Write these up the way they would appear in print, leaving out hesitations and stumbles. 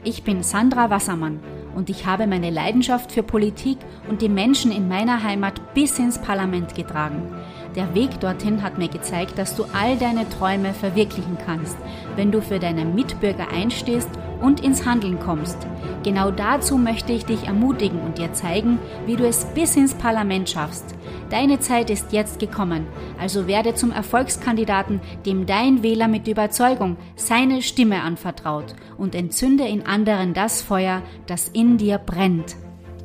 Ich bin Sandra Wassermann und ich habe meine Leidenschaft für Politik und die Menschen in meiner Heimat bis ins Parlament getragen. Der Weg dorthin hat mir gezeigt, dass du all deine Träume verwirklichen kannst, wenn du für deine Mitbürger einstehst und ins Handeln kommst. Genau dazu möchte ich dich ermutigen und dir zeigen, wie du es bis ins Parlament schaffst. Deine Zeit ist jetzt gekommen, also werde zum Erfolgskandidaten, dem dein Wähler mit Überzeugung seine Stimme anvertraut und entzünde in anderen das Feuer, das in dir brennt.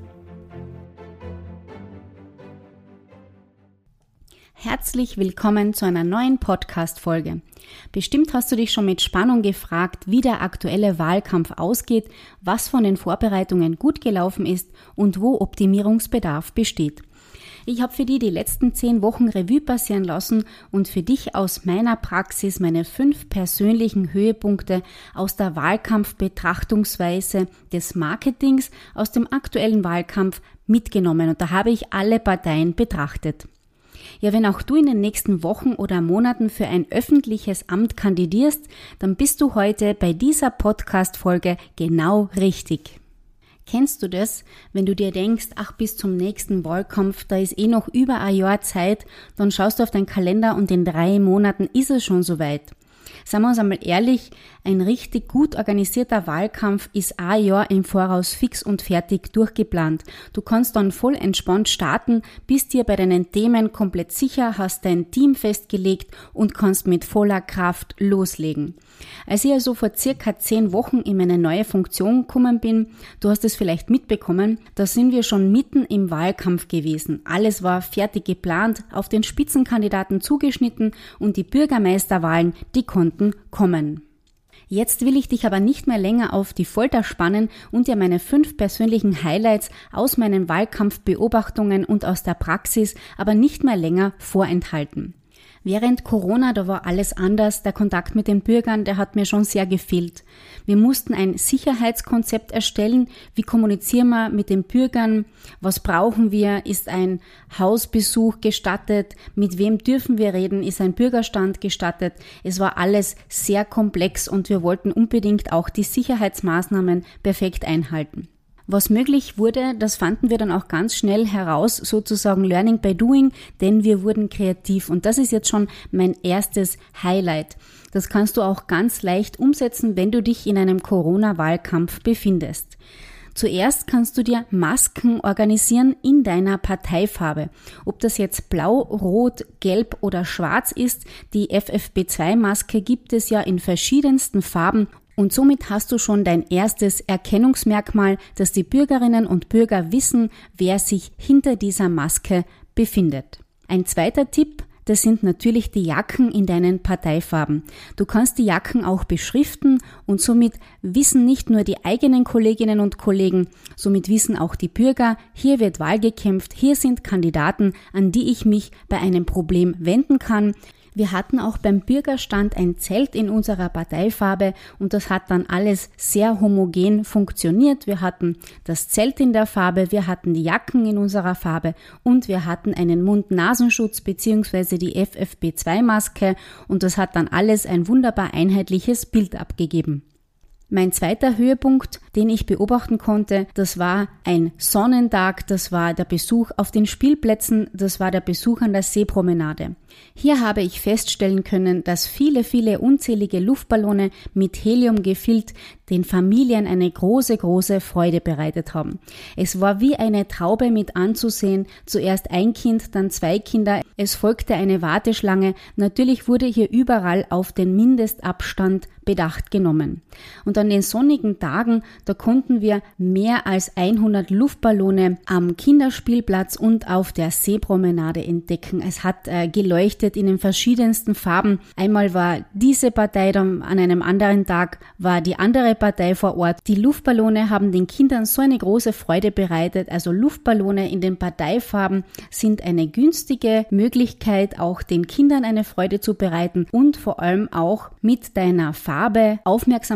Herzlich willkommen zu einer neuen Podcast-Folge. Bestimmt hast du dich schon mit Spannung gefragt, wie der aktuelle Wahlkampf ausgeht, was von den Vorbereitungen gut gelaufen ist und wo Optimierungsbedarf besteht. Ich habe für die letzten 10 Wochen Revue passieren lassen und für dich aus meiner Praxis meine 5 persönlichen Höhepunkte aus der Wahlkampfbetrachtungsweise des Marketings aus dem aktuellen Wahlkampf mitgenommen und da habe ich alle Parteien betrachtet. Ja, wenn auch du in den nächsten Wochen oder Monaten für ein öffentliches Amt kandidierst, dann bist du heute bei dieser Podcast-Folge genau richtig. Kennst du das, wenn du dir denkst, ach, bis zum nächsten Wahlkampf, da ist noch über ein Jahr Zeit, dann schaust du auf deinen Kalender und in 3 Monaten ist es schon soweit. Seien wir uns einmal ehrlich, ein richtig gut organisierter Wahlkampf ist ein Jahr im Voraus fix und fertig durchgeplant. Du kannst dann voll entspannt starten, bist dir bei deinen Themen komplett sicher, hast dein Team festgelegt und kannst mit voller Kraft loslegen. Als ich also vor circa 10 Wochen in meine neue Funktion gekommen bin, du hast es vielleicht mitbekommen, da sind wir schon mitten im Wahlkampf gewesen. Alles war fertig geplant, auf den Spitzenkandidaten zugeschnitten und die Bürgermeisterwahlen, die konnten kommen. Jetzt will ich dich aber nicht mehr länger auf die Folter spannen und dir meine 5 persönlichen Highlights aus meinen Wahlkampfbeobachtungen und aus der Praxis aber nicht mehr länger vorenthalten. Während Corona, da war alles anders, der Kontakt mit den Bürgern, der hat mir schon sehr gefehlt. Wir mussten ein Sicherheitskonzept erstellen, wie kommunizieren wir mit den Bürgern, was brauchen wir, ist ein Hausbesuch gestattet, mit wem dürfen wir reden, ist ein Bürgerstand gestattet. Es war alles sehr komplex und wir wollten unbedingt auch die Sicherheitsmaßnahmen perfekt einhalten. Was möglich wurde, das fanden wir dann auch ganz schnell heraus, sozusagen Learning by Doing, denn wir wurden kreativ und das ist jetzt schon mein erstes Highlight. Das kannst du auch ganz leicht umsetzen, wenn du dich in einem Corona-Wahlkampf befindest. Zuerst kannst du dir Masken organisieren in deiner Parteifarbe. Ob das jetzt blau, rot, gelb oder schwarz ist, die FFP2-Maske gibt es ja in verschiedensten Farben. Und somit hast du schon dein erstes Erkennungsmerkmal, dass die Bürgerinnen und Bürger wissen, wer sich hinter dieser Maske befindet. Ein zweiter Tipp, das sind natürlich die Jacken in deinen Parteifarben. Du kannst die Jacken auch beschriften und somit wissen nicht nur die eigenen Kolleginnen und Kollegen, somit wissen auch die Bürger, hier wird Wahl gekämpft, hier sind Kandidaten, an die ich mich bei einem Problem wenden kann. Wir hatten auch beim Bürgerstand ein Zelt in unserer Parteifarbe und das hat dann alles sehr homogen funktioniert. Wir hatten das Zelt in der Farbe, wir hatten die Jacken in unserer Farbe und wir hatten einen Mund-Nasenschutz bzw. die FFP2-Maske und das hat dann alles ein wunderbar einheitliches Bild abgegeben. Mein zweiter Höhepunkt, den ich beobachten konnte, das war ein Sonnentag, das war der Besuch auf den Spielplätzen, das war der Besuch an der Seepromenade. Hier habe ich feststellen können, dass viele unzählige Luftballone mit Helium gefüllt den Familien eine große Freude bereitet haben. Es war wie eine Traube mit anzusehen, zuerst ein Kind, dann 2 Kinder, es folgte eine Warteschlange, natürlich wurde hier überall auf den Mindestabstand Bedacht genommen. Und an den sonnigen Tagen, da konnten wir mehr als 100 Luftballone am Kinderspielplatz und auf der Seepromenade entdecken. Es hat geleuchtet in den verschiedensten Farben. Einmal war diese Partei, dann an einem anderen Tag war die andere Partei vor Ort. Die Luftballone haben den Kindern so eine große Freude bereitet. Also Luftballone in den Parteifarben sind eine günstige Möglichkeit, auch den Kindern eine Freude zu bereiten und vor allem auch mit deiner Farbe Aufmerksamkeit zu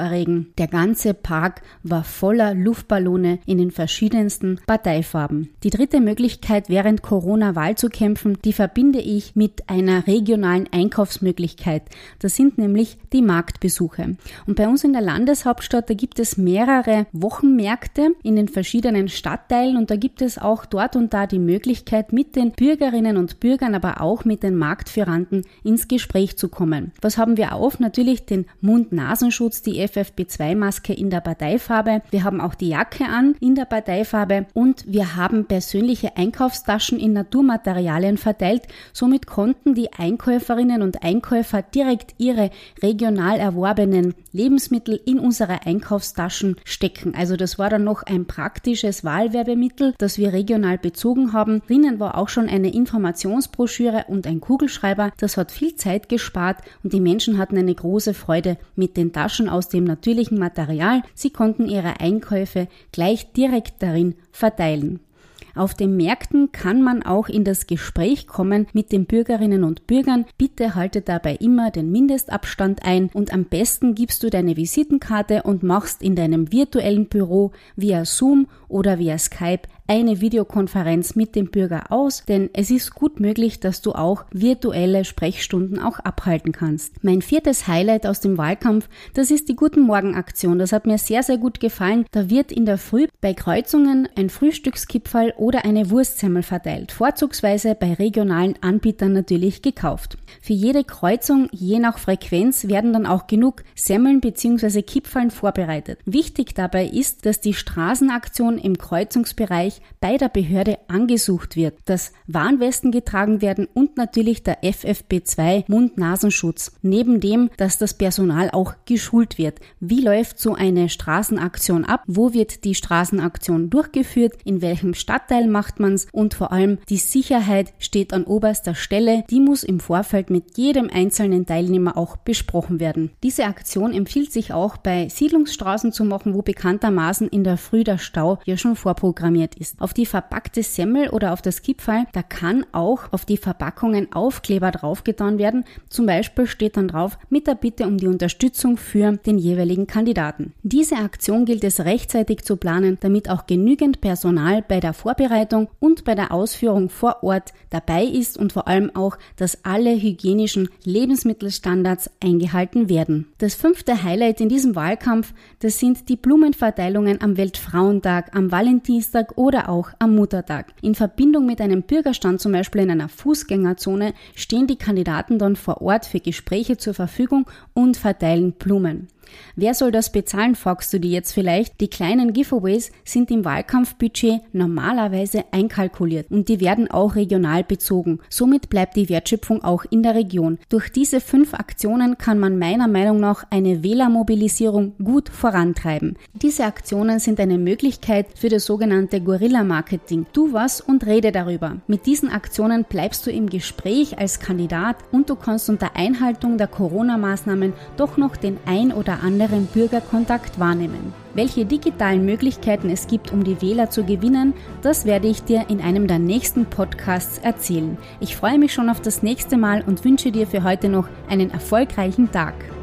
erregen. Der ganze Park war voller Luftballone in den verschiedensten Parteifarben. Die dritte Möglichkeit, während Corona Wahl zu kämpfen, die verbinde ich mit einer regionalen Einkaufsmöglichkeit. Das sind nämlich die Marktbesuche. Und bei uns in der Landeshauptstadt, da gibt es mehrere Wochenmärkte in den verschiedenen Stadtteilen und da gibt es auch dort und da die Möglichkeit, mit den Bürgerinnen und Bürgern, aber auch mit den Marktführenden ins Gespräch zu kommen. Was haben wir auf? Natürlich den Mund-Nasenschutz, die FFP2-Maske in der Parteifarbe. Wir haben auch die Jacke an in der Parteifarbe und wir haben persönliche Einkaufstaschen in Naturmaterialien verteilt. Somit konnten die Einkäuferinnen und Einkäufer direkt ihre regional erworbenen Lebensmittel in unsere Einkaufstaschen stecken. Also das war dann noch ein praktisches Wahlwerbemittel, das wir regional bezogen haben. Drinnen war auch schon eine Informationsbroschüre und ein Kugelschreiber. Das hat viel Zeit gespart und die Menschen hatten eine große Freude mit den Taschen aus dem natürlichen Material. Sie konnten ihre Einkäufe gleich direkt darin verteilen. Auf den Märkten kann man auch in das Gespräch kommen mit den Bürgerinnen und Bürgern. Bitte halte dabei immer den Mindestabstand ein und am besten gibst du deine Visitenkarte und machst in deinem virtuellen Büro via Zoom oder via Skype eine Videokonferenz mit dem Bürger aus, denn es ist gut möglich, dass du auch virtuelle Sprechstunden auch abhalten kannst. Mein viertes Highlight aus dem Wahlkampf, das ist die Guten Morgen Aktion. Das hat mir sehr, sehr gut gefallen. Da wird in der Früh bei Kreuzungen ein Frühstückskipferl oder eine Wurstsemmel verteilt, vorzugsweise bei regionalen Anbietern natürlich gekauft. Für jede Kreuzung, je nach Frequenz, werden dann auch genug Semmeln bzw. Kipferln vorbereitet. Wichtig dabei ist, dass die Straßenaktion im Kreuzungsbereich bei der Behörde angesucht wird, dass Warnwesten getragen werden und natürlich der FFP2 Mund-Nasenschutz. Neben dem, dass das Personal auch geschult wird. Wie läuft so eine Straßenaktion ab? Wo wird die Straßenaktion durchgeführt? In welchem Stadtteil macht man's? Und vor allem die Sicherheit steht an oberster Stelle. Die muss im Vorfeld mit jedem einzelnen Teilnehmer auch besprochen werden. Diese Aktion empfiehlt sich auch bei Siedlungsstraßen zu machen, wo bekanntermaßen in der Früh der Stau ja schon vorprogrammiert ist. Auf die verpackte Semmel oder auf das Kipferl, da kann auch auf die Verpackungen Aufkleber draufgetan werden. Zum Beispiel steht dann drauf, mit der Bitte um die Unterstützung für den jeweiligen Kandidaten. Diese Aktion gilt es rechtzeitig zu planen, damit auch genügend Personal bei der Vorbereitung und bei der Ausführung vor Ort dabei ist und vor allem auch, dass alle hygienischen Lebensmittelstandards eingehalten werden. Das fünfte Highlight in diesem Wahlkampf, das sind die Blumenverteilungen am Weltfrauentag, am Valentinstag oder auch am Muttertag. In Verbindung mit einem Bürgerstand, zum Beispiel in einer Fußgängerzone, stehen die Kandidaten dann vor Ort für Gespräche zur Verfügung und verteilen Blumen. Wer soll das bezahlen, fragst du dir jetzt vielleicht? Die kleinen Giveaways sind im Wahlkampfbudget normalerweise einkalkuliert und die werden auch regional bezogen. Somit bleibt die Wertschöpfung auch in der Region. Durch diese 5 Aktionen kann man meiner Meinung nach eine Wählermobilisierung gut vorantreiben. Diese Aktionen sind eine Möglichkeit für das sogenannte Guerilla-Marketing. Tu was und rede darüber. Mit diesen Aktionen bleibst du im Gespräch als Kandidat und du kannst unter Einhaltung der Corona-Maßnahmen doch noch den ein oder anderen Bürgerkontakt wahrnehmen. Welche digitalen Möglichkeiten es gibt, um die Wähler zu gewinnen, das werde ich dir in einem der nächsten Podcasts erzählen. Ich freue mich schon auf das nächste Mal und wünsche dir für heute noch einen erfolgreichen Tag.